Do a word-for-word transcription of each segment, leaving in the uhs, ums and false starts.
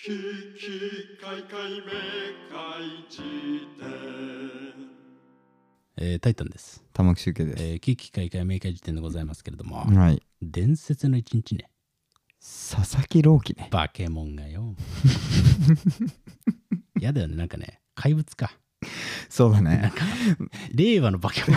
ききかいかいめかいじ典、 えー、タイタンです。 玉木集計です。 えー、危機開会明快時点でございますけれども、 はい。 伝説の一日ね。 佐々木朗希ね。 バケモンがよ。やだよね、なんかね、怪物か。 そうだね。 なんか、令和のバケモン。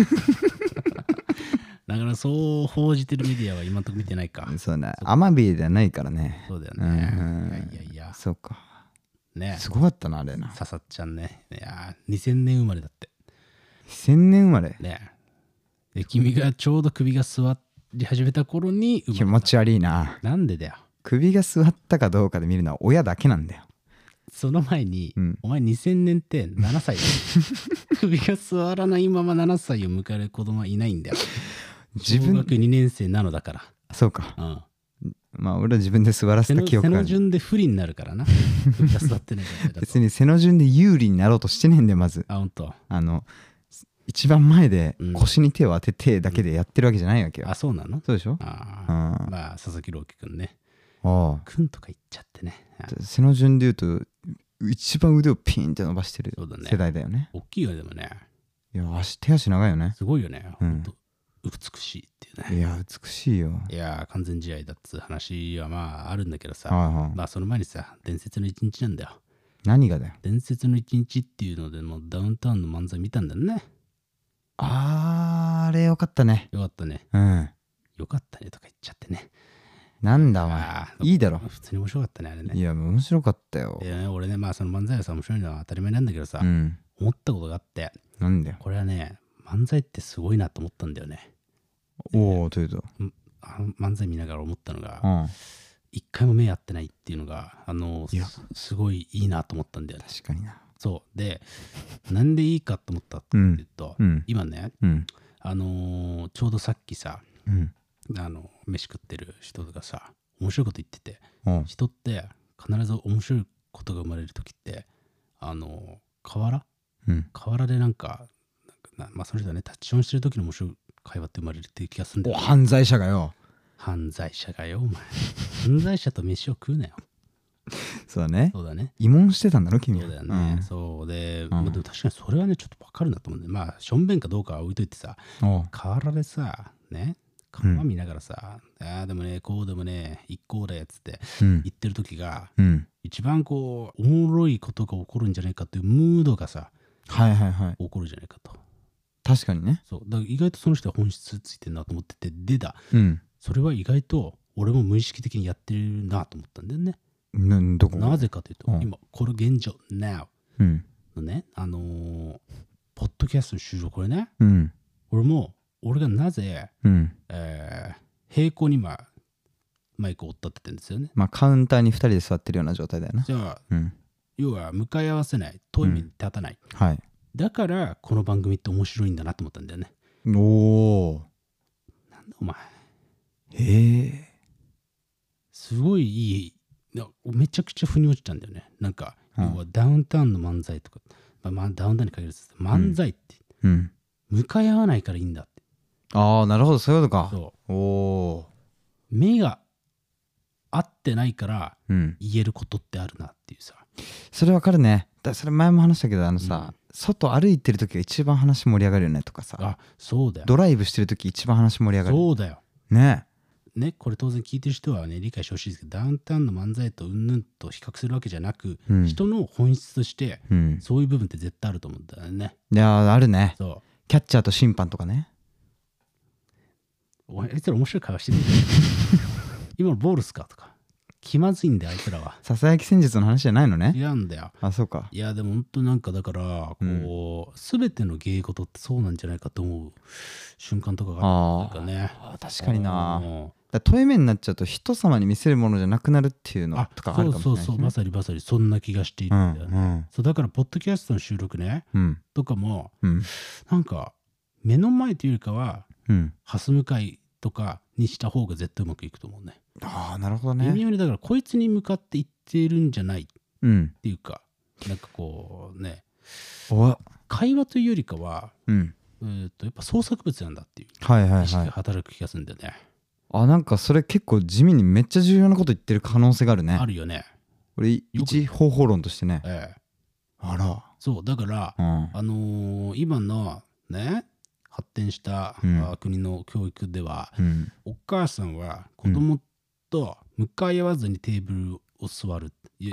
だからそう報じてるメディアは今んとこ見てないか。 そうね。アマビエではないからね。 そうだようん。 ね。いやいやいや。 そうか。 ね。 すごかったな、あれな。 ささっちゃんね。いやにせんねん生まれだって。 せんねん生まれ。 ね。で、君がちょうど首が座り始めた頃に生まれた。 気持ち悪いな。 なんでだよ。 首が座ったかどうかで見るのは親だけなんだよ。 その前に、 うん、 お前にせんねんってななさいだよ。首が座らないままななさいを迎える子供はいないんだよ。自分小学にねん生なのだから。 そうか。 うん。 まあ俺は自分で座らせた記憶がある。 背の順で不利になるからな。首が座ってない状態だと。 別に背の順で有利になろうとしてねえんだよ、まず。 あ、ほんと。 あの、一番前で腰に手を当ててだけでやってるわけじゃないわけよ。 うん、あ、そうなの？ そうでしょ？ ああ。 うん、 まあ、佐々木朗希くんね。 ああ。 くんとか言っちゃってね。 背の順で言うと、一番腕をピンって伸ばしてる世代だよね。 大きいよね、でもね。 いや、足、手足長いよね。 すごいよね。 うん、 ほんと美しいっていうね。 いや、美しいよ。 いや、完全試合だっつう話はまああるんだけどさ。 はいはい、 まあその前にさ、伝説の一日なんだよ。 何がだよ。 伝説の一日っていうのでもうダウンタウンの漫才見たんだよね。 あー、あれよかったね。 よかったね。 うん。 よかったねとか言っちゃってね。 なんだお前。いいだろ。 普通に面白かったね、あれね。 いや、面白かったよ。 いや、俺ね、まあその漫才はさ、面白いのは当たり前なんだけどさ、 うん、 思ったことがあって。 なんだよ。 これはね、漫才ってすごいなと思ったんだよね。 おお、というと。 あの漫才見ながら思ったのが、 うん、 一回も目合ってないっていうのが、あの、す, すごいいいなと思ったんだよね。 確かにな。 そうで、なんでいいかと思ったっていうと、うん、今ね、うん、あのー、ちょうどさっきさ、うん、あの飯食ってる人がさ、面白いこと言ってて、うん、人って必ず面白いことが生まれる時って、あのー、河原、うん、河原でなんか、なんかまあその人はね、タッチションしてる時の面白い会話って生まれるっていう気がするんだよ、ね。 お、犯罪者がよ。 犯罪者がよ、お前。犯罪者と飯を食うなよ。 そうだね。 そうだね。 慰問してたんだろ、君は。 そうだよね。うん、そうで、うん、まあ、でも確かにそれはね、ちょっとわかるなと思うんで、まあ、しょんべんかどうかは置いといてさ、河原でさ、ね、川見ながらさ、うん、ああ、でもね、こうでもね、一行だよっつって言ってる時が、うん、一番こう、おもろいことが起こるんじゃないかっていうムードがさ、 はいはいはい。 起こるじゃないかと。 確かにね。 そう。だから意外とその人は本質ついてるなと思ってて、でだ、 うん、 それは意外と俺も無意識的にやってるなと思ったんだよね。 な, どこなぜかというと、うん、今これ現状 Now のね、 うん、 あのー、ポッドキャストの収録これね、 うん、 俺も俺がなぜ、 うんえー、平行に今マイクを追っ立ててるんですよね。 まあカウンターにふたりで座ってるような状態だよな。 じゃあ、 うん、 要は向かい合わせない、遠い目に立たない、 うん、はい。 だからこの番組って面白いんだなと思ったんだよね。 おお。 なんだお前。 へえ。 すごいいい。めちゃくちゃ腑に落ちたんだよね。なんか、うん、要はダウンタウンの漫才とか、まあ、ダウンタウンに限らず漫才って、うん、向かい合わないからいいんだって。 ああ、なるほど、そういうことか。 そう。 おお。 目が合ってないから言えることってあるなっていうさ。 うん、それわかるね。だそれ前も話したけど、あのさ、うん、外歩いてる時が一番話盛り上がるよねとかさ。 あ、そうだよ。 ドライブしてる時一番話盛り上がる。 そうだよ。 ね。 ね、これ当然聞いてる人はね理解してほしいですけど、ダウンタウンの漫才とうんぬんと比較するわけじゃなく、うん、人の本質として、うん、そういう部分って絶対あると思うんだよね。 いやあるね。 そうキャッチャーと審判とかね。 おあいつら面白い会話してる今のボールっすかとか気まずいんだよあいつらは。 ささやき戦術の話じゃないのね。 違うんだよ。 あ、そうか。 いやでも本当なんかだからこう、うん、全ての芸事ってそうなんじゃないかと思う瞬間とかがあるんだよね。 あ確かにな。だ遠い目になっちゃうと人様に見せるものじゃなくなるっていうのとかあるかもしれない、ね、 そうそうそう、まさにまさにそんな気がしているんだよね、うんうん、そうだからポッドキャストの収録ね、うん、とかも、うん、なんか目の前というよりかは、うん、蓮向かいとかにした方が絶対うまくいくと思うね。 ああなるほどね。 微妙にだからこいつに向かっていってるんじゃないっていうか、うん、なんかこうね会話というよりかは、うん、えー、とやっぱ創作物なんだっていう意識が働く気がするんだよね、はいはいはい。 あ、なんかそれ結構地味にめっちゃ重要なこと言ってる可能性があるね。 あるよね。 これ一方法論としてね、 ええ、 あらそうだから、うん、あのー、今のね発展した、うん、国の教育では、うん、お母さんは子供と向かい合わずにテーブルを座る、うん、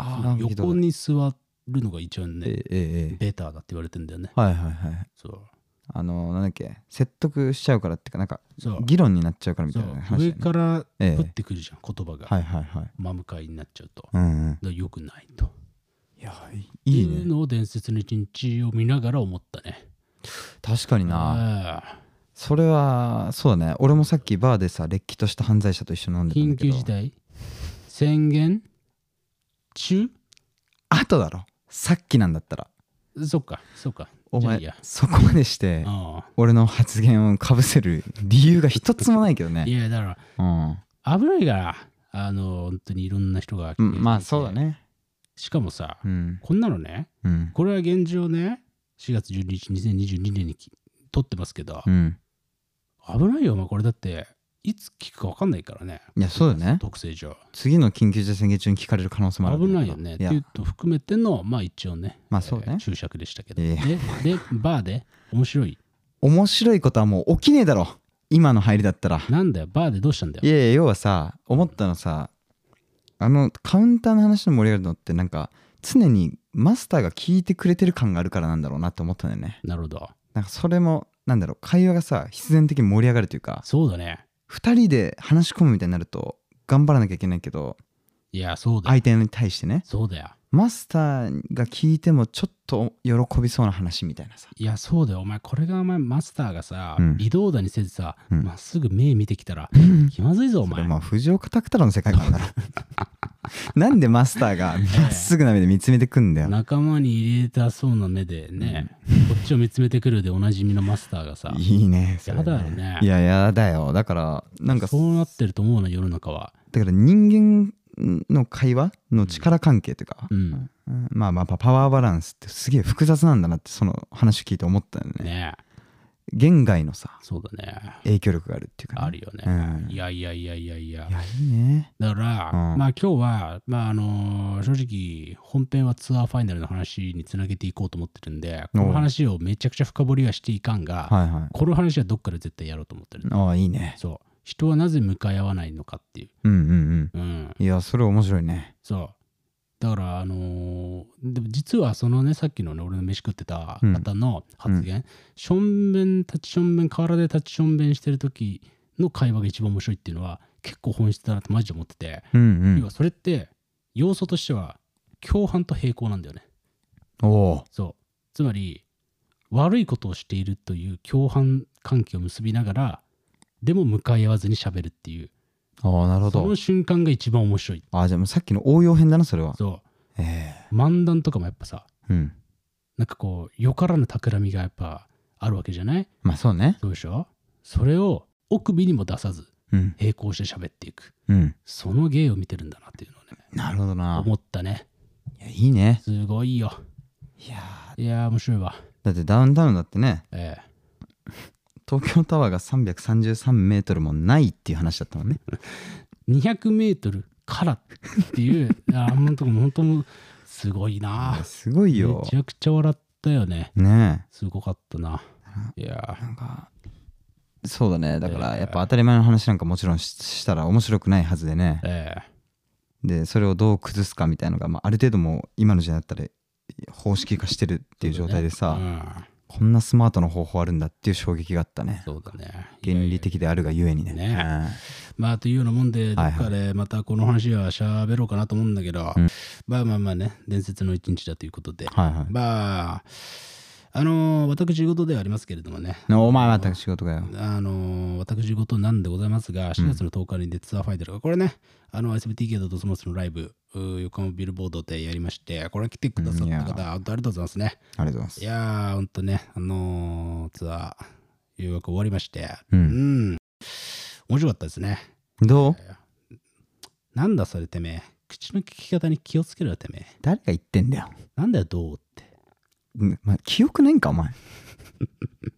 横に座るのが一番ね、えええ、ベターだって言われてんだよね。 はいはいはい。 そうあのー、なんだっけ説得しちゃうからっていうかなんか議論になっちゃうからみたいな話、ね、 上から降ってくるじゃん、ええ、言葉が、 はいはいはい、 真向かいになっちゃうと、 うんうん、 だからよくないと。 いやいいね。 っていうのを伝説の一日を見ながら思ったね。 確かにな。それはそうだね。俺もさっきバーでされっきとした犯罪者と一緒に飲んでたんだけど。 緊急事態宣言中あとだろ。さっきなんだったら。 そっかそっか。 お前そこまでして俺の発言をかぶせる理由が一つもないけどね。 いやだから、うん、危ないからあの本当にいろんな人が、 うん、まあそうだね。 しかもさ、うん、こんなのね、うん、これは現状ねしがつじゅうににちにせんにじゅうにねんに撮ってますけど、うん、危ないよお前これだっていつ聞くか分かんないからね。 いやそうだね。 特性上次の緊急事態宣言中に聞かれる可能性もある。 危ないよねっていうと含めてのまあ一応ね、 まあそうね、えー、 注釈でしたけど、えー、ででバーで面白い面白いことはもう起きねえだろ今の入りだったら。 なんだよバーでどうしたんだよ。 いやいや要はさ思ったのさあのカウンターの話の盛り上がるのってなんか常にマスターが聞いてくれてる感があるからなんだろうなって思ったんだよね。 なるほど。 なんかそれもなんだろう会話がさ必然的に盛り上がるというか。 そうだね。 ふたりで話し込むみたいになると頑張らなきゃいけないけど、 いやそうだよ相手に対してね。 そうだよ。 マスターが聞いてもちょっと喜びそうな話みたいなさ。 いやそうだよお前これがお前マスターがさ、うん、微動だにせずさま、うん、っすぐ目見てきたら、うん、気まずいぞお前。 それまあ藤岡拓太郎の世界観だろなんでマスターがまっすぐな目で見つめてくんだよ、 ええ、仲間に入れたそうな目でね、うん、こっちを見つめてくるでおなじみのマスターがさいいねやだよね。 いややだよ。だからなんかそうなってると思うな世の中は。 だから人間の会話の力関係というか、うんうん、まあまあパワーバランスってすげえ複雑なんだなってその話聞いて思ったよね。 ね言外のさそうだね影響力があるっていうか、ね、 あるよね、うん、いやいやいやいやいやいやいいね。 だから、うん、まあ今日はまああのー、正直本編はツアーファイナルの話につなげていこうと思ってるんでこの話をめちゃくちゃ深掘りはしていかんが、はいはい、この話はどっかで絶対やろうと思ってる。 ああいいね。 そう人はなぜ向かい合わないのかっていう。 うんうんうん。うん、いやそれ面白いね。 そうだからあのー、でも実はそのねさっきのね俺の飯食ってた方の発言、うん、しょんべん立ちしょんべん河原で立ちしょんべんしてる時の会話が一番面白いっていうのは結構本質だなってマジで思ってて、うんうん、要はそれって要素としては共犯と並行なんだよね。 おそうつまり悪いことをしているという共犯関係を結びながらでも向かい合わずに喋るっていう。 ああなるほど。 その瞬間が一番面白い。 ああじゃあもうさっきの応用編だなそれは。 そう、えー、漫談とかもやっぱさ、うん、なんかこうよからぬ企みがやっぱあるわけじゃない。 まあそうね。 そうでしょ。それを奥尾にも出さず、うん、並行して喋っていく、うん、その芸を見てるんだなっていうのをね。 なるほどな。 思ったね。 いやいいね。 すごいよ。いやいや面白いわ。 だってダウンタウンだってね、 ええ東京タワーがさんびゃくさんじゅうさんメートルもないっていう話だったもんね。 にひゃくメートルからっていうあんなとこも本当もすごいな。 すごいよ。 めちゃくちゃ笑ったよね。 ねえ。 すごかったな。いやなんかそうだね。だからやっぱ当たり前の話なんかもちろん し, したら面白くないはずでね。ええ、でそれをどう崩すかみたいのが、まあ、ある程度もう今の時代だったら方式化してるっていう状態でさ。こんなスマートな方法あるんだっていう衝撃があったね。 そうだね。 原理的であるがゆえにね。ねうん、まあというようなもんでどっかでまたこの話は喋ろうかなと思うんだけど、はいはい、まあまあまあね伝説の一日だということで、はいはい、まああのー、私事ではありますけれどもね。 お前私事かよ。 あのー、私事なんでございますがしがつのとおかにでツアーファイナルがこれねあの エスビーティーケー ドットスモースのライブ横浜ビルボードでやりましてこれ来てくださった方、うん、本当ありがとうございますね。 ありがとうございます。 いやーほんとねあのー、ツアーようやく終わりましてうん、うん、面白かったですね。 どう、 えー、なんだそれてめえ口の利き方に気をつけろよてめえ。 誰が言ってんだよ。 なんだよどうって、 うんまあ、記憶ないんかお前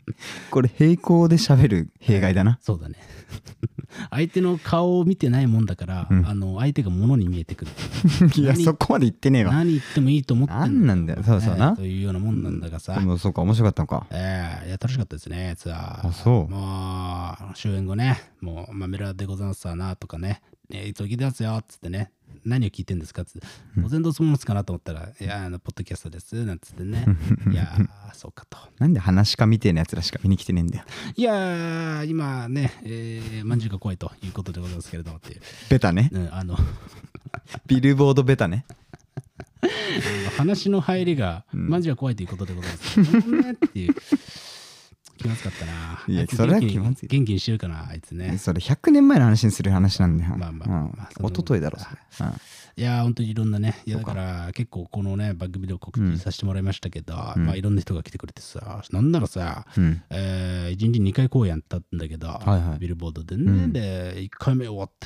これ平行で喋る弊害だな。 そうだね。相手の顔を見てないもんだから、うん、あの相手が物に見えてくる。 いやそこまで言ってねえわ。 何言ってもいいと思ってんだ。 なんなんだよ。そうそうな、 えー、というようなもんなんだがさ。 でもそうか、面白かったのか。 ええー、いや楽しかったですね。ツアー。 あ、そう。 もう終演後ね、もうマメラでございますわなとかね、ねいつも聞いてますよっつってね。何を聞いてんですかっつって、当然どうするものかなと思ったら、いやあのポッドキャストですなんつってね。いやそうかと。 なんで話し家みてえなやつらしか見に来てねえんだよ。 いや今ね、えー、まんじゅうが怖いということでございますけれどもっていう。 ベタね。 うん、あのビルボードベタね。 あの話の入りが、うん、まんじゅうが怖いということでございますけどねっていう。気まずかったな。 いや、それは気まずい。 元気にしてるかな、あいつね。 それひゃくねんまえの話にする話なんだよ。 まあまあ、まあ、 おとといだろ、それ。うん、 いや、本当にいろんなね、いやだから結構このね、番組でも告知させてもらいましたけど、うん、まあいろんな人が来てくれてさ、なんならさ、うん、えー、いちにちにかい公演やったんだけど、はいはい、ビルボードでね、うん、で、いっかいめ終わって、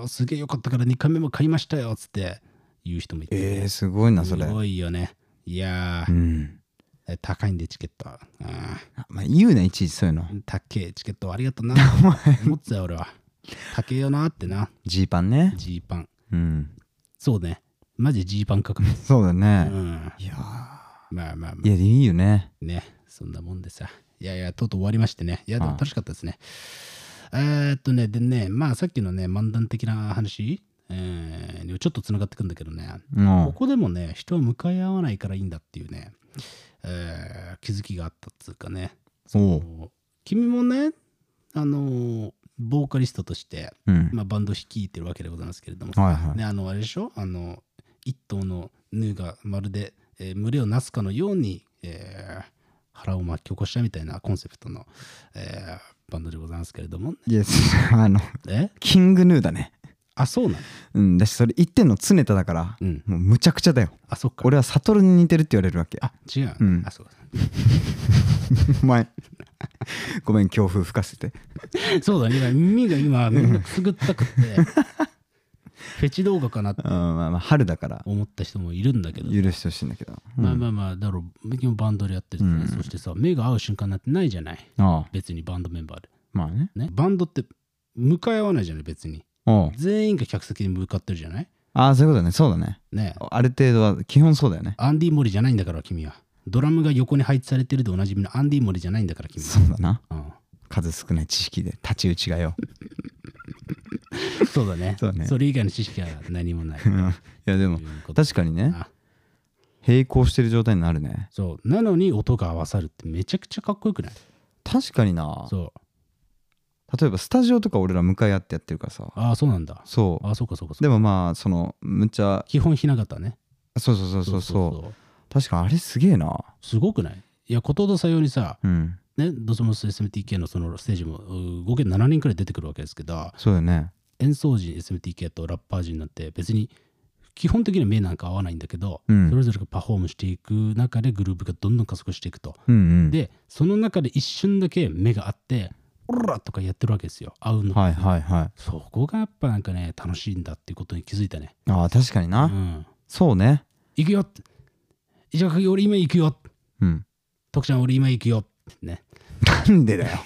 すげえよかったからにかいめも買いましたよっつって言う人もいて、ね。 えー、すごいな、それ。 すごいよね。いやー。うん高いんでチケット。あまあ言うな、いちいちそういうの。 高えチケットありがとうな。思ってたよ俺は。高えよなってな。 ジーパンね。 ジーパン。 うん。 そうね。マジジーパン価格。 そうだね。 うん。いやー。 まあまあまあ。 いや、いいよね。 ね。そんなもんでさ。いやいや、とうとう終わりましてね。いや、でも楽しかったですね。えーっとね、でね、まあさっきのね、漫談的な話、えー、ちょっとつながってくんだけどね。うん、ここでもね、人は向かい合わないからいいんだっていうね。えー、気づきがあったっつうかね。そう君もね、あのー、ボーカリストとして、うんまあ、バンド率いてるわけでございますけれども、はいはいね、あのあれでしょ、あの一頭のヌーがまるで、えー、群れをなすかのように、えー、腹を巻き起こしたみたいなコンセプトの、えー、バンドでございますけれども、 いやあのえキングヌーだね。 あ、そうなの。 うん、だしそれ言ってんの常田だから、うん、もうむちゃくちゃだよ。 あ、そっか。 俺は悟に似てるって言われるわけ。 あ、違う。 うん、 あ、そうお前ごめん強風吹かせて。 そうだね。今耳が今みんなくすぐったくってフェチ動画かなって、うん、 まあまあ春だから思った人もいるんだけど、 許してほしいんだけど、 うん、まあまあまあだろう。僕もバンドでやってる、ねうん、そしてさ目が合う瞬間なんてないじゃない。ああ別にバンドメンバーで。 まあ ね, ねバンドって向かい合わないじゃない別に。全員が客席に向かってるじゃない。 ああそういうことね。そうだね。 ねある程度は基本そうだよね。 アンディ・モリじゃないんだから君は。ドラムが横に配置されてるでおなじみのアンディ・モリじゃないんだから君は。 そうだな、 うん、 数少ない知識で太刀打ちがよそうだね。 そうね。 それ以外の知識は何もない。いやでも確かにね並行してる状態になるね。 そうなのに音が合わさるってめちゃくちゃかっこよくない？ 確かにな。 そう例えばスタジオとか俺ら向かい合ってやってるからさ。 ああそうなんだ。 そうああそうかそうかそうか。 でもまあそのむっちゃ基本ひな形ね。 そうそうそうそうそう。確かあれすげえな。 すごくない？いやことどさようにさ、うんね、ドスモス エスエムティーケー のそのステージも合計ななにんくらい出てくるわけですけど、 そうよね。 演奏時 エスエムティーケー とラッパー陣なんて別に基本的には目なんか合わないんだけど、うん、それぞれがパフォームしていく中でグループがどんどん加速していくと、うんうん、でその中で一瞬だけ目が合ってオラとかやってるわけですよ。合うの、 はいはいはい。 そこがやっぱなんかね楽しいんだっていうことに気づいたね。 ああ確かにな、うん、そうね。 行くよって石川君俺今行くよ、 うん、 徳ちゃん俺今行くよってね。 なんでだよ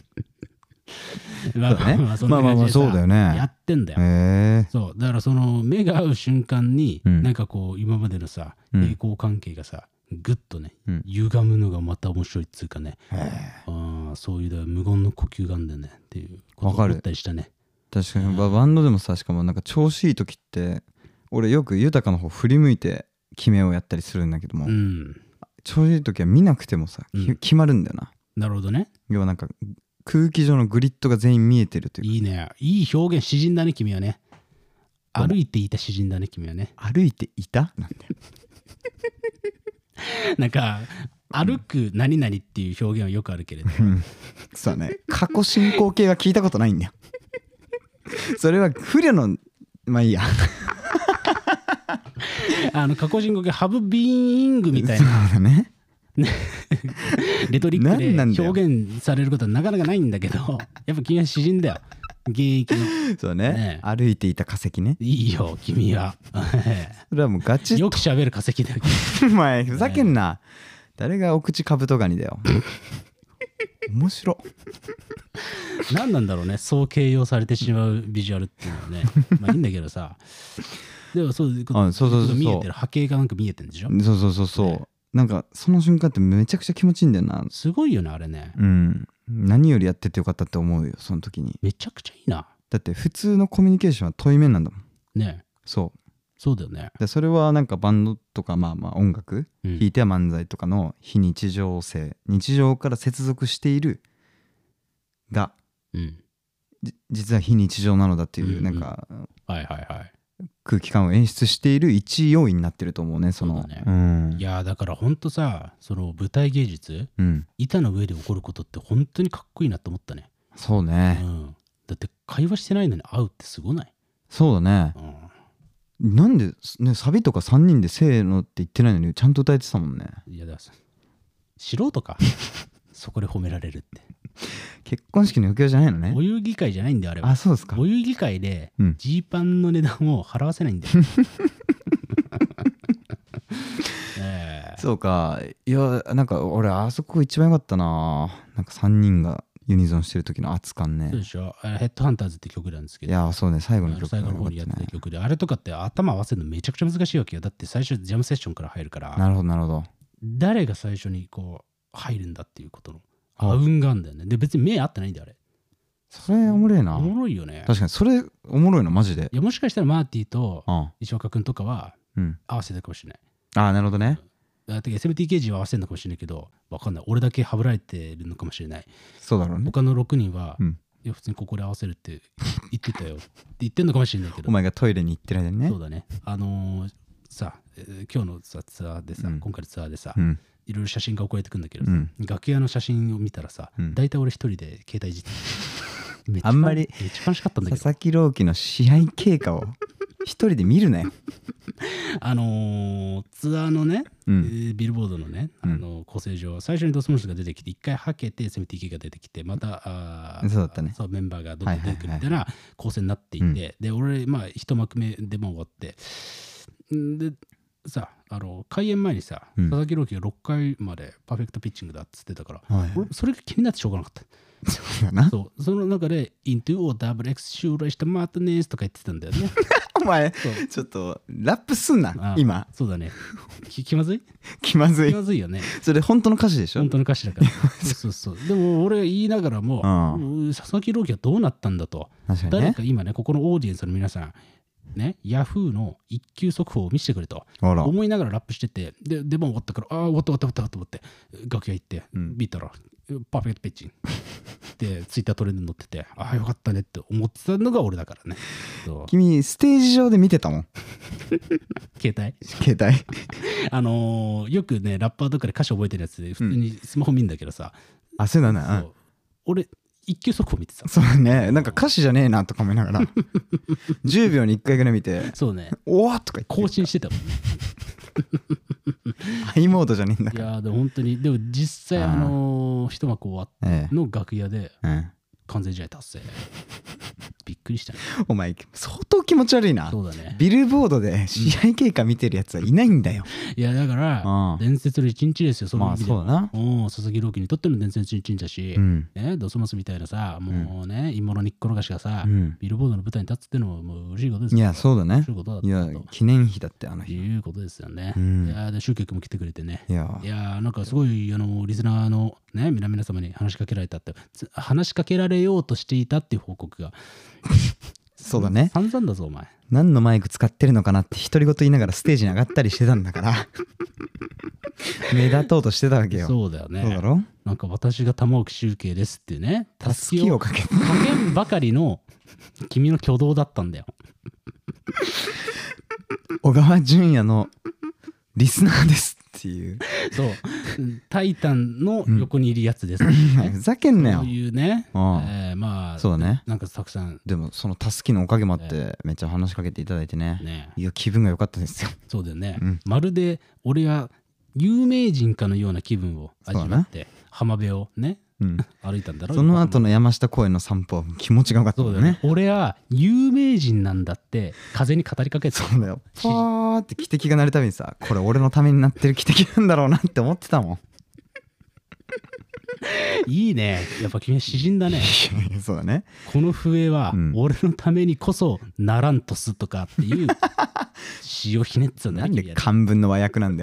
まあまあまあそんな感じでさやってんだよ。 へー。 そうだからその目が合う瞬間に、うん、なんかこう今までのさ平行関係がさグッとね、うん、歪むのがまた面白いっつうかね。あそういう無言の呼吸があんだよねっていうことを思ったりしたね。 確かにバンドでもさしかもなんか調子いい時って俺よく豊の方振り向いて決めをやったりするんだけども、うん、調子いい時は見なくてもさ、うん、決まるんだよな。 なるほどね。 要はなんか空気上のグリッドが全員見えてるというか。 いいね。いい表現。詩人だね君はね。歩いていた詩人だね君はね。 歩いていたなんだよなんか歩く何々っていう表現はよくあるけれど、 うん、そうね。過去進行形は聞いたことないんだよそれは不慮のまあいいやあの過去進行形ハブビーイングみたいな。 そうだねレトリックで表現されることはなかなかないんだけどやっぱ君は詩人だよ現役の。 そうね、ね歩いていた化石ね。 いいよ君はそれはもうガチよく喋る化石だよお前ふざけんな、ね、誰がお口カブトガニだよ面白何なんだろうね、そう形容されてしまうビジュアルっていうのはね。まあいいんだけどさ、でもそういうこと、 あそうそうそうそう、 見えてる波形がなんか見えてるんでしょ。 そうそうそうそう、ね、なんかその瞬間ってめちゃくちゃ気持ちいいんだよな。 すごいよねあれね。 うん、何よりやっててよかったって思うよその時に。 めちゃくちゃいいな。 だって普通のコミュニケーションは対面なんだもんね。 そうそうだよね。 でそれはなんかバンドとかまあまあ音楽、うん、弾いては漫才とかの非日常性、日常から接続しているが、うん、実は非日常なのだっていうなんか、うんうん、 はいはいはい、 空気感を演出している一要因になってると思うね。そのそうだね、うん、いやだからほんとさ、その舞台芸術、うん、板の上で起こることって本当にかっこいいなと思ったね。 そうね、 うん、だって会話してないのに会うってすごない？ そうだね、うん、なんで、ね、サビとかさんにんでせーのって言ってないのにちゃんと歌えてたもんね。 いやだから素人かそこで褒められるって結婚式の余興じゃないのね。 お遊戯会じゃないんだよあれは。 あ、そうですか。 お遊戯会でジーパンの値段を払わせないんだよ、 えー、そうか。いやなんか俺あそこ一番良かったな。なんかさんにんがユニゾンしてる時の圧感ね。 そうでしょ。ヘッドハンターズって曲なんですけど、 いやそうね、最後の曲が最後の方にやってた曲で、あれとかって頭合わせるのめちゃくちゃ難しいわけよ。だって最初ジャムセッションから入るから。 なるほどなるほど。 誰が最初にこう入るんだっていうことのあうんがあんだよね。で別に目合ってないんだよあれ。 それおもろいな。 おもろいよね。 確かにそれおもろいなマジで。 いやもしかしたらマーティと石岡君とかは合わせてるかもしれない。 ああなるほどね。 だって エスエムティーケージー は合わせるのかもしれないけど、わかんない。俺だけはぶられてるのかもしれない。 そうだろうね。 他のろくにんは、うん、いや普通にここで合わせるって言ってたよって言ってんのかもしれないけど。 お前がトイレに行ってる間にね。 そうだね。あのー、さ、えー、今日のさツアーでさ、うん、今回のツアーでさ、うん、いろいろ写真が送られてくるんだけどさ、うん、楽屋の写真を見たらさ、うん、大体俺一人で携帯いじってめあんまりめっちゃ楽しかったんだけど、 佐々木朗希の試合経過を一人で見るなよあのー、ツアーのね、うん、えー、ビルボードのね、あのー、構成上、最初にドスモスが出てきて一回はけて エスエムティーケー が出てきてまたあそうだったね。 そうメンバーがどんどん出てくるみたいな構成になっていて、はいはいはい、で俺まあ一幕目でも終わってでさあの開演前にさ、うん、佐々木朗希がろっかいまでパーフェクトピッチングだっつってたから、はい、俺それが気になってしょうがなかった。 そうだな。 そうその中でイントゥオーダブルエクス襲来したマートネースとか言ってたんだよねお前ちょっとラップすんな今。 そうだね。き気まずい気まずい気まずいよね。 それ本当の歌詞でしょ。 本当の歌詞だからそうそうそう。でも俺言いながらも、うん、佐々木朗希はどうなったんだと、確かにね、誰か今ねここのオーディエンスの皆さんね、ヤフーの一級速報を見せてくれと思いながらラップしてて、ででも終わったから、ああ終わった終わった終わったと思って楽屋行って、うん、見たらパーフェクトピッチンでツイッタートレンドに載ってて、ああよかったねって思ってたのが俺だからね。 君ステージ上で見てたもん携帯携帯あのー、よくねラッパーとかで歌詞覚えてるやつで普通にスマホ見るんだけどさ、 うん、あそうだな、 俺一級速報見てた。 そうね、なんか歌詞じゃねえなとか思いながらじゅうびょうにいっかいぐらい見て、 そうね、 おわっとか言って更新してたもんねハイモードじゃねえんだから。 いやでも本当に、でも実際あのー、一幕終わっての楽屋で完全試合達成、びっくりしたね。 お前相当気持ち悪いな。 そうだね。 ビルボードで試合経過見てるやつはいないんだよ、 うん、いやだから伝説の一日ですよ。そのまあそうだな。 お佐々木朗希にとっての伝説の一日だし、うん、ね、ドスモスみたいなさもうね芋の煮っころがしがさ、うん、ビルボードの舞台に立つってのはもう嬉しいことですよ。 いやそうだね。 嬉しいことだった。 いや記念碑だってあの日。 いうことですよね、 うん、 いやで集客も来てくれてね。 いやいやなんかすごいあのリスナーのね皆々様に話しかけられたって話しかけられようとしていたっていう報告がそうだね。 散々だぞお前。 何のマイク使ってるのかなって独り言言いながらステージに上がったりしてたんだから目立とうとしてたわけよ。 そうだよね。 そうだろ。 なんか私が玉置集計ですってね、 たすきをかけかけんばかりの君の挙動だったんだよ小川淳也のリスナーですっていう。 そうタイタンの横にいるやつです、 ね、うん、ふざけんなよ。 そういうね、えー、まあそうだね。 なんかたくさんでもそのたすきのおかげもあってめっちゃ話しかけていただいて ね, ねいや気分が良かったですよ。 そうだよね、うん、まるで俺が有名人かのような気分を味わって浜辺をね、うん、歩いたんだろう。 その後の山下公園の散歩は気持ちが良かったんだよね。 俺は有名人なんだって風に語りかけてた。 そうだよ。パーって汽笛が鳴るたびにさ、これ俺のためになってる汽笛なんだろうなって思ってたもんいいね。やっぱ君は詩人だね。 そうだね。 この笛は俺のためにこそならんとすとかっていう詩をひねってたんだね。 なんで漢文の和訳なんだよ。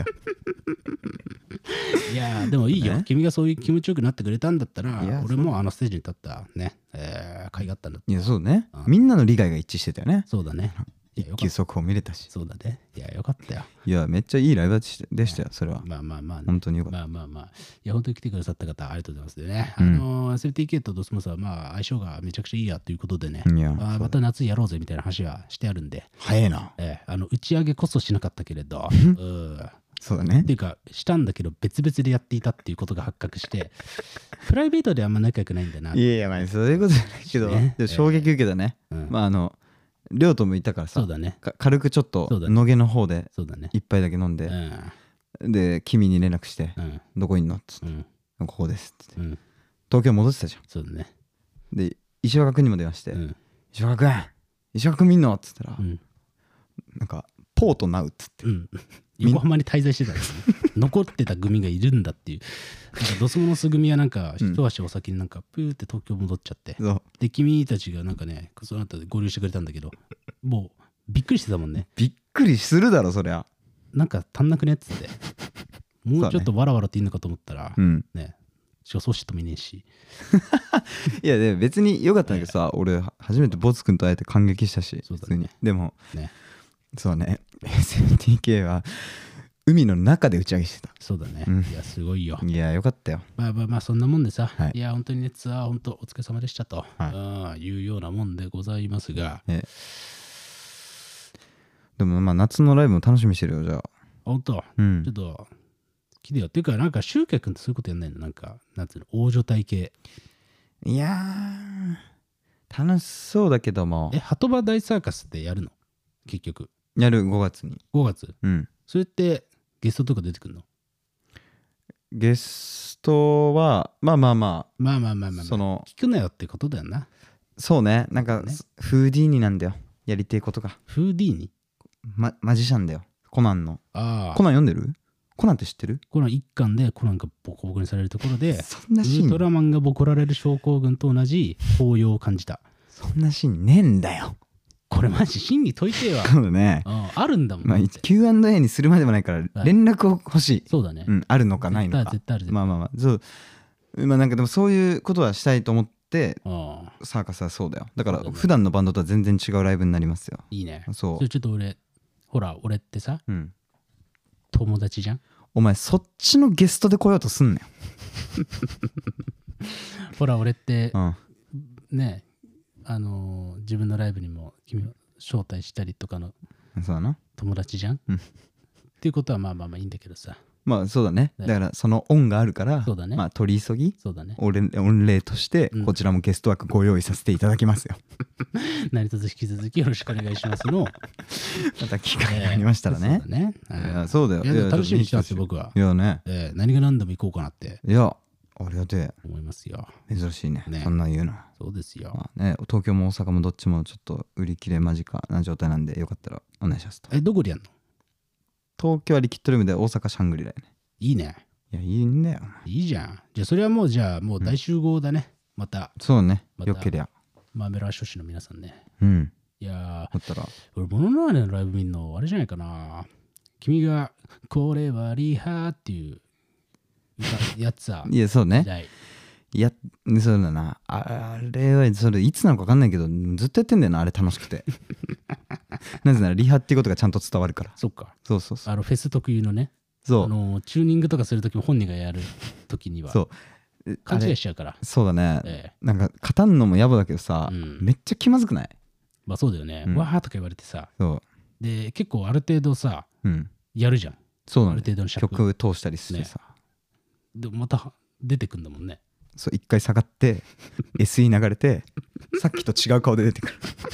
いやでもいいよ、ね、君がそういう気持ちよくなってくれたんだったら俺もあのステージに立ったね、えー、甲斐があったんだった。 いやそうね、うん、みんなの理解が一致してたよね。 そうだね。 一級速報見れたし。 そうだね。いやよかったよ。 いやめっちゃいいライブでしたよそれは。 まあまあまあ、ね、 本当によかった。 まあまあまあいや本当に来てくださった方ありがとうございますね、うん、あの エスエフティーケー とドスモスはまあ相性がめちゃくちゃいいやということでね、いやあまた夏やろうぜみたいな話はしてあるんで。 早いな。 えー、あの打ち上げこそしなかったけれどうんそうだね。 っていうかしたんだけど別々でやっていたっていうことが発覚してプライベートであんま仲良くないんだな。 いやいやまあそういうことじゃないけど、ね、で衝撃受けたね、えーうん、まああの亮ともいたからさ。 そうだね。 軽くちょっと野毛の方で一杯だけ飲んで、 うん、 で君に連絡して「うん、どこいんの?」っつって、うん「ここです」っつって、うん、東京戻ってたじゃん。 そうだね。 で石岡君にも電話して「うん、石岡君石岡君見んの?」っつったら、うん、なんか「ポートナウ」っつって、うん、 横浜に滞在してたんですね。残ってた組がいるんだっていう。なんかドスモノス組はなんか一足お先になんかプーって東京戻っちゃって、うん、で君たちがなんかねその後で合流してくれたんだけどもうびっくりしてたもんね。 びっくりするだろそりゃ。 なんか足んなくねっつってもうちょっとわらわらっていいのかと思ったらね、ねしかもそうしてもいねえしいやでも別に良かったんだけどさ、えー、俺初めてボツ君と会えて感激したし、 そうだね、 でも、ね、そうね エスエフティーケー は海の中で打ち上げしてた。 そうだね、うん、いやすごいよ。 いやよかったよ。 まあまあまあそんなもんでさ、はい、いや本当にねツアー本当お疲れ様でしたと、はい、いうようなもんでございますが、ええ、 でもまあ夏のライブも楽しみにしてるよじゃあ。 本当、うん、ちょっと来てよっていうかなんかシュウケイ君ってそういうことやんないの？なんかなんつうの大所帯系。 いやー楽しそうだけども。 え鳩場大サーカスってやるの？結局やるごがつに。 ごがつ。 うん。 それってゲストとか出てくるの？ ゲストはまあまあまあまあまあまあまあ、まあ、 その聞くなよってことだよな。 そうねなんか、ね、フーディーニなんだよやりてえことが。 フーディーニ？ ま、マジシャンだよコナンの。 あコナン読んでる？コナンって知ってる？ コナン一巻でコナンがボコボコにされるところでそんなシーンウルトラマンがボコられる症候群と同じ抱擁を感じた。 そんなシーンねえんだよ。 これマジ真に解いてはそうだね、 あ, あるんだもん、 まあ、キューアンドエー にするまでもないから連絡を欲しい、はい、 そうだね、 うん、あるのかないのか絶対ある絶対ある。 まあまあまあそうまあなんかでもそういうことはしたいと思ってサーカスはそうだよ。だから普段のバンドとは全然違うライブになりますよ。 いいね。 そうそれちょっと俺ほら俺ってさ、うん、友達じゃん。 お前そっちのゲストで来ようとすんなよほら俺って、うん、ねあのー、自分のライブにも君を招待したりとかのそうだな友達じゃん、うん、っていうことはまあまあまあいいんだけどさ。 まあそうだね。だからその恩があるからそうだね、 まあ取り急ぎそうだね御礼としてこちらもゲスト枠ご用意させていただきますよ、 うん、何卒引き続きよろしくお願いしますのまた機会がありましたらね、 えー、そうだね、 いやそうだよ。 いや楽しみにしてますよ僕は。 いやね、 えー、何が何でも行こうかなって。 いやありがてえ思いますよ。 珍しい ね, ねそんな言うの。 そうですよ、 まあね、東京も大阪もどっちもちょっと売り切れ間近な状態なんでよかったらお願いしますと。 えどこでやんの？ 東京はリキッドルームで大阪シャングリラやね。 いいね。 いやいいんだよ。 いいじゃん。じゃあそれはもうじゃあもう大集合だね、うん、また。 そうね、 ま、よけりゃマーメラー諸子の皆さんね。 うん。 いやだったら俺モノノアネのライブ見んのあれじゃないかな。君がこれはリハっていうやつさいやそうねいやそうだな。あれはそれいつなのか分かんないけどずっとやってんだよなあれ楽しくてなぜならリハっていうことがちゃんと伝わるから。 そっか。 そうそうそう。 あのフェス特有のね。 そうあのチューニングとかするときも本人がやるときにはそう勘違いしちゃうから。 そうだね、ええ、なんか語んのも野暮だけどさ、うん、めっちゃ気まずくない？ まあそうだよね、うん、わーとか言われてさ。 そうで結構ある程度さ、うん、やるじゃん。 そうなの、ある程度の尺曲通したりしてさ、 ね、でまた出てくんだもんね。 そう一回下がって エスイー 流れてさっきと違う顔で出てくる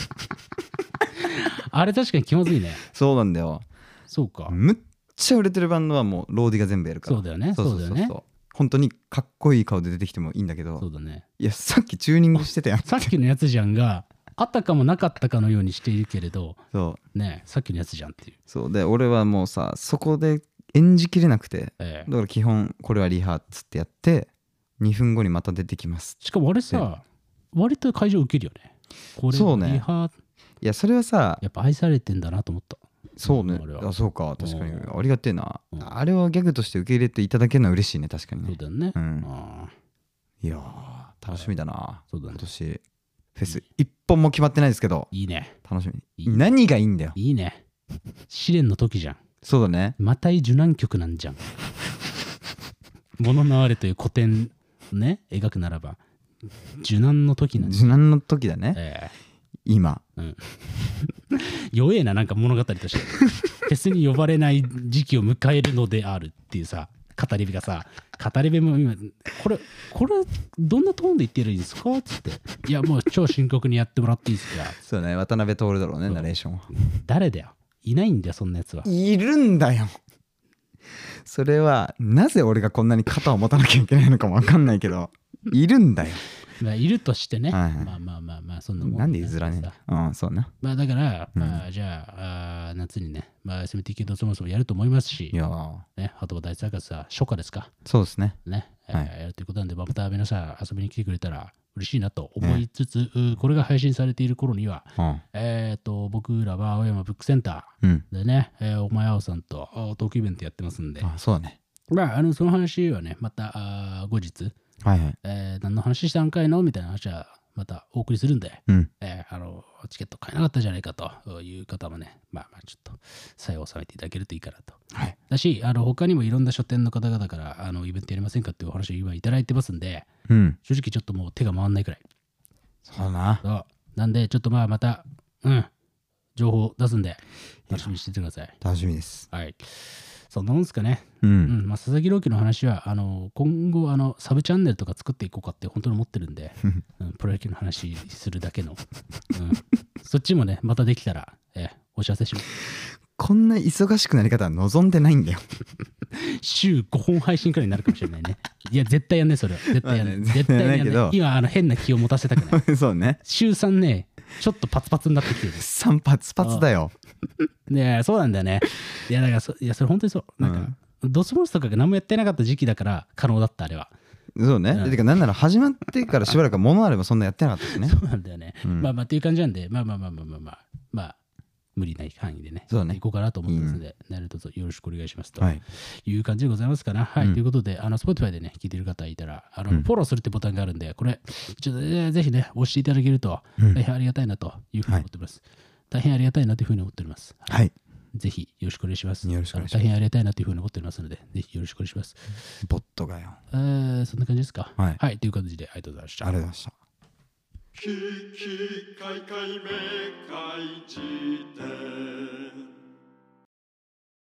あれ確かに気まずいね。 そうなんだよ。 そうか。 むっちゃ売れてるバンドはもうローディが全部やるから。 そうだよね。そうだよね。 本当にかっこいい顔で出てきてもいいんだけど。 そうだね。 いやさっきチューニングしてたやんさっきのやつじゃんがあったかもなかったかのようにしているけれど、 そうねさっきのやつじゃんっていう。 そうで俺はもうさそこで演じきれなくて、 ええ、 だから基本これはリハっつってやってにふんごにまた出てきます。 しかもあれさ、割と会場受けるよね。これそうね。 リハいやそれはさ、 やっぱ愛されてんだなと思った。 そうね。あ、そうか、確かにありがてえな。あれはギャグとして受け入れていただけるのは嬉しいね、確かにね。 そうだよね。 うん、いやー楽しみだな。 そうだね、 今年フェス一本も決まってないですけど、 いいね。 楽しみ。いい何がいいんだよ。 いいね。試練の時じゃん。 そうだね。 また受難曲なんじゃん。物のあれという古典ね描くならば受難の時なんじゃん。 受難の時だね。 えー、 今。 うん。弱えな、なんか物語として。フェスに呼ばれない時期を迎えるのであるっていうさ、語り部がさ、語り部も今、これ、これ、どんなトーンで言ってるんですかつって。いや、もう超深刻にやってもらっていいですか。 そうね、渡辺徹だろうね、ナレーションは。 誰だよ。いないんだよ、そんなやつは。 いるんだよ。それは、なぜ俺がこんなに肩を持たなきゃいけないのかもわかんないけど、いるんだよ。 まあ、いるとしてね、 はいはい、 まあまあまあまあ、そんなもん、ね。 なんで言いづらねえうん、そうね。 まあだから、うん、まあ、じゃあ、あ夏にね、まあ、エスエムティー 系とそもそもやると思いますし、 いやね、鳩場大サーカスは初夏ですか。 そうですね。 ね、 はい、 えー、やるということなんで、また皆さん遊びに来てくれたら嬉しいなと思いつつ、ね、これが配信されている頃には、うん、えっ、ー、と、僕らは青山ブックセンターでね、うん、えー、お前青さんとトークイベントやってますんで、 あ、そうだね。 まあ、あのその話はね、またあ後日、 はいはい、 えー、何の話したんかいのみたいな話はまたお送りするんで、 うん、 えー、あのチケット買えなかったじゃないかという方もね、まあまあちょっとさえ収めていただけるといいかなと。 はい、 だし、あの他にもいろんな書店の方々からあのイベントやりませんかっていうお話を今いただいてますんで、 うん、 正直ちょっともう手が回んないくらい。 そうだな。 そうなんで、ちょっとまあまた、うん、情報出すんで、楽しみにしててください。 楽しみです。 はい。そんなもんですかね。 うん。うん、 まあ、佐々木朗希の話は、あの今後あの、サブチャンネルとか作っていこうかって本当に思ってるんで、うん、プロ野球の話するだけの。うん、そっちもね、またできたら、えお知らせします。 こんな忙しくなり方は望んでないんだよ。 週ごほん配信くらいになるかもしれないね。いや、絶対やんね、それは。絶対やんね。 ね、 絶対やんね。 けど今、あの変な気を持たせたくない。 そうね。 週さんね、ちょっとパツパツになってきてる。 さんパツパツだよ。 ねえ、そうなんだよね。いや、だからそ、いや、それ本当にそう。なんか、うん、ドスモンスとかが何もやってなかった時期だから可能だった、あれは。 そうね。うん、てか、なんなら始まってからしばらく物あればそんなやってなかったしね。 そうなんだよね。うん、まあまあっていう感じなんで、まあまあまあまあまあまあ、まあ、無理ない範囲でね、 そうね、 いこうかなと思ってますので、うん、何卒よろしくお願いしますと、 はい、 いう感じでございますかな。はい、うん、ということで、あの Spotify でね、聞いてる方いたら、あの、うん、フォローするってボタンがあるんで、これ、ちょっと、えー、ぜひね、押していただけると、大変ありがたいなというふうに思ってます。はい、大変ありがたいなというふうに思っております。 はい。 ぜひよろしくお願いします。 よろしくお願いします。 大変ありがたいなというふうに思っておりますので、ぜひよろしくお願いします。 ボットがよ。 えー、そんな感じですか。 はい。 はい、という感じで、ありがとうございました。 ありがとうございました。 ききかいかいめかいじ典